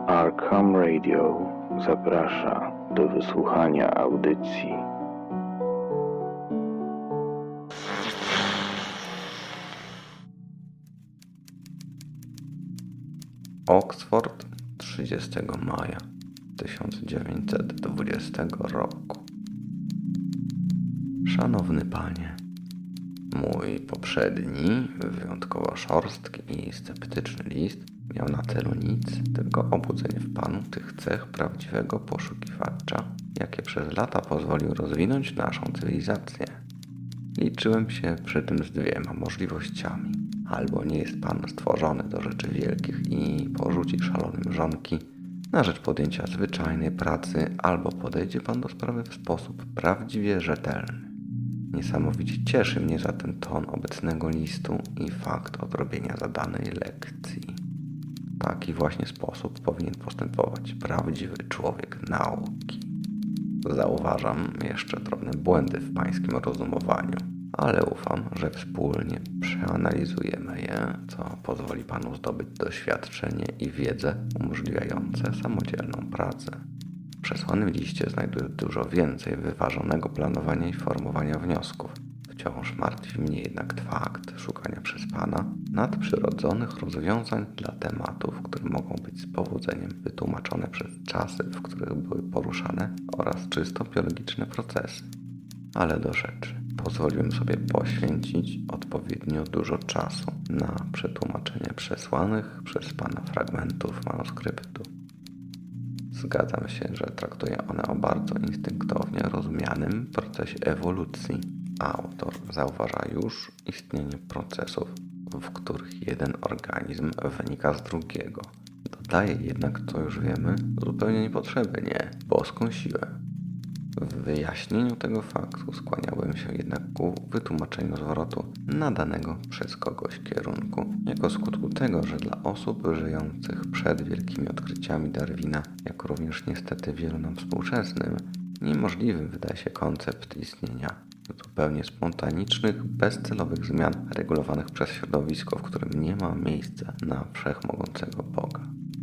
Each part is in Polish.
Arkham Radio zaprasza do wysłuchania audycji. Oxford 30 maja 1920 roku. Szanowny panie, mój poprzedni, wyjątkowo szorstki i sceptyczny list miał na celu nic, tylko obudzenie w panu tych cech prawdziwego poszukiwacza, jakie przez lata pozwolił rozwinąć naszą cywilizację. Liczyłem się przy tym z dwiema możliwościami. Albo nie jest pan stworzony do rzeczy wielkich i porzuci szalone mrzonki na rzecz podjęcia zwyczajnej pracy, albo podejdzie pan do sprawy w sposób prawdziwie rzetelny. Niesamowicie cieszy mnie zatem ton obecnego listu i fakt odrobienia zadanej lekcji. W taki właśnie sposób powinien postępować prawdziwy człowiek nauki. Zauważam jeszcze drobne błędy w pańskim rozumowaniu, ale ufam, że wspólnie przeanalizujemy je, co pozwoli panu zdobyć doświadczenie i wiedzę umożliwiające samodzielną pracę. W przesłanym liście znajduję dużo więcej wyważonego planowania i formowania wniosków. Wciąż martwi mnie jednak fakt szukania przez pana nadprzyrodzonych rozwiązań dla tematów, które mogą być z powodzeniem wytłumaczone przez czasy, w których były poruszane, oraz czysto biologiczne procesy. Ale do rzeczy. Pozwoliłem sobie poświęcić odpowiednio dużo czasu na przetłumaczenie przesłanych przez pana fragmentów manuskryptu. Zgadzam się, że traktują one o bardzo instynktownie rozumianym procesie ewolucji. Autor zauważa już istnienie procesów, w których jeden organizm wynika z drugiego. Dodaje jednak, co już wiemy, zupełnie niepotrzebnie, boską siłę. W wyjaśnieniu tego faktu skłaniałbym się jednak ku wytłumaczeniu zwrotu nadanego przez kogoś kierunku, jako skutku tego, że dla osób żyjących przed wielkimi odkryciami Darwina, jak również niestety wielu nam współczesnym, niemożliwym wydaje się koncept istnienia zupełnie spontanicznych, bezcelowych zmian regulowanych przez środowisko, w którym nie ma miejsca na wszechmogącego Boga.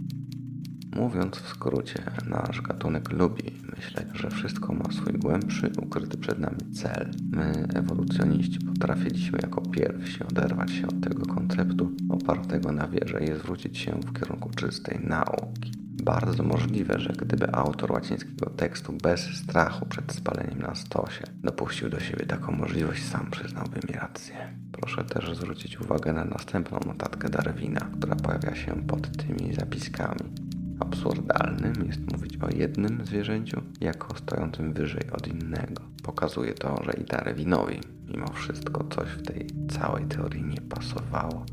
Mówiąc w skrócie, nasz gatunek lubi myśleć, że wszystko ma swój głębszy, ukryty przed nami cel. My, ewolucjoniści, potrafiliśmy jako pierwsi oderwać się od tego konceptu opartego na wierze i zwrócić się w kierunku czystej nauki. Bardzo możliwe, że gdyby autor łacińskiego tekstu bez strachu przed spaleniem na stosie dopuścił do siebie taką możliwość, sam przyznałby mi rację. Proszę też zwrócić uwagę na następną notatkę Darwina, która pojawia się pod tymi zapiskami. Absurdalnym jest mówić o jednym zwierzęciu jako stojącym wyżej od innego. Pokazuje to, że i Darwinowi mimo wszystko coś w tej całej teorii nie pasowało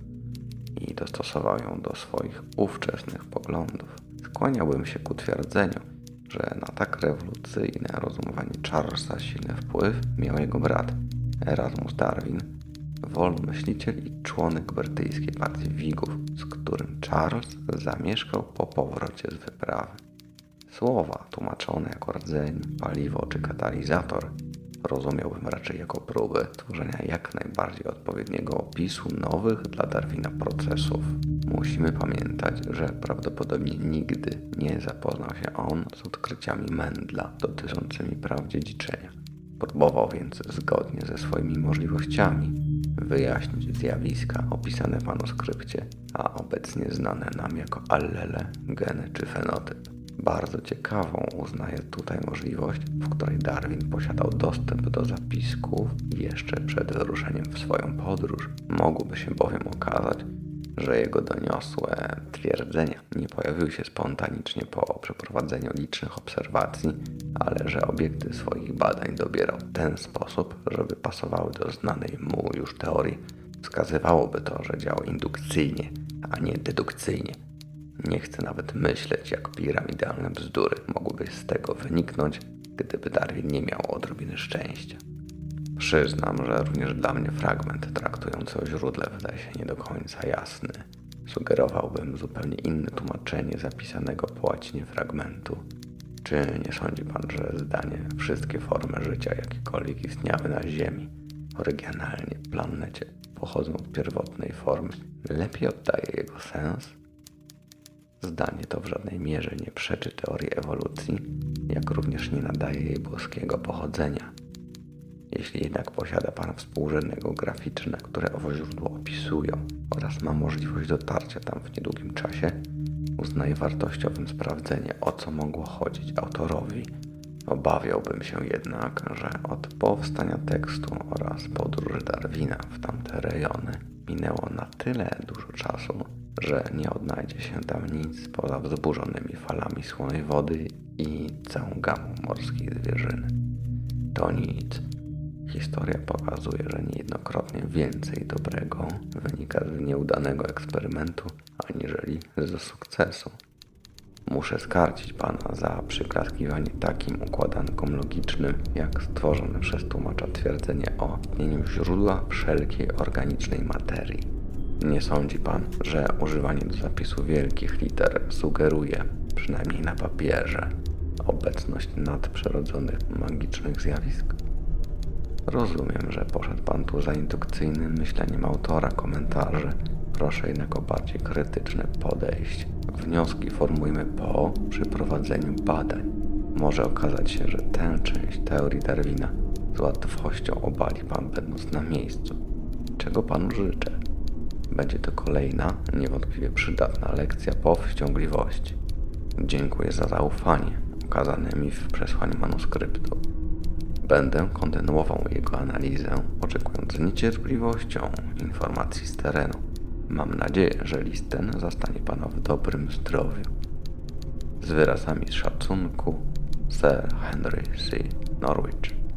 i dostosował ją do swoich ówczesnych poglądów. Skłaniałbym się ku twierdzeniu, że na tak rewolucyjne rozumowanie Charlesa silny wpływ miał jego brat Erasmus Darwin, wolnomyśliciel i członek brytyjskiej partii Whigów, z którym Charles zamieszkał po powrocie z wyprawy. Słowa tłumaczone jako rdzeń, paliwo czy katalizator rozumiałbym raczej jako próbę tworzenia jak najbardziej odpowiedniego opisu nowych dla Darwina procesów. Musimy pamiętać, że prawdopodobnie nigdy nie zapoznał się on z odkryciami Mendla dotyczącymi praw dziedziczenia. Próbował więc zgodnie ze swoimi możliwościami wyjaśnić zjawiska opisane w manuskrypcie, a obecnie znane nam jako allele, geny czy fenotyp. Bardzo ciekawą uznaję tutaj możliwość, w której Darwin posiadał dostęp do zapisków jeszcze przed wyruszeniem w swoją podróż. Mogłoby się bowiem okazać, że jego doniosłe twierdzenia nie pojawiły się spontanicznie po przeprowadzeniu licznych obserwacji, ale że obiekty swoich badań dobierał w ten sposób, żeby pasowały do znanej mu już teorii. Wskazywałoby to, że działał indukcyjnie, a nie dedukcyjnie. Nie chcę nawet myśleć, jak piramidalne bzdury mogłyby z tego wyniknąć, gdyby Darwin nie miał odrobiny szczęścia. Przyznam, że również dla mnie fragment traktujący o źródle wydaje się nie do końca jasny. Sugerowałbym zupełnie inne tłumaczenie zapisanego po łacinie fragmentu. Czy nie sądzi pan, że zdanie wszystkie formy życia, jakiekolwiek istniały na Ziemi, oryginalnie planecie, pochodzą od pierwotnej formy, lepiej oddaje jego sens? Zdanie to w żadnej mierze nie przeczy teorii ewolucji, jak również nie nadaje jej boskiego pochodzenia. Jeśli jednak posiada Pan współrzędne geograficzne, które owo źródło opisują oraz ma możliwość dotarcia tam w niedługim czasie, uznaję wartościowym sprawdzenie, o co mogło chodzić autorowi. Obawiałbym się jednak, że od powstania tekstu oraz podróży Darwina w tamte rejony minęło na tyle dużo czasu, że nie odnajdzie się tam nic poza wzburzonymi falami słonej wody i całą gamą morskiej zwierzyny. To nic. Historia pokazuje, że niejednokrotnie więcej dobrego wynika z nieudanego eksperymentu, aniżeli ze sukcesu. Muszę skarcić Pana za przyklaskiwanie takim układankom logicznym, jak stworzone przez tłumacza twierdzenie o istnieniu źródła wszelkiej organicznej materii. Nie sądzi Pan, że używanie do zapisu wielkich liter sugeruje, przynajmniej na papierze, obecność nadprzyrodzonych magicznych zjawisk? Rozumiem, że poszedł Pan tu za indukcyjnym myśleniem autora komentarzy. Proszę jednak o bardziej krytyczne podejście. Wnioski formujmy po przeprowadzeniu badań. Może okazać się, że tę część teorii Darwina z łatwością obali Pan będąc na miejscu. Czego Panu życzę? Będzie to kolejna, niewątpliwie przydatna lekcja powściągliwości. Dziękuję za zaufanie okazane mi w przesłaniu manuskryptu. Będę kontynuował jego analizę, oczekując z niecierpliwością informacji z terenu. Mam nadzieję, że list ten zastanie Pana w dobrym zdrowiu. Z wyrazami szacunku, Sir Henry C. Norwich.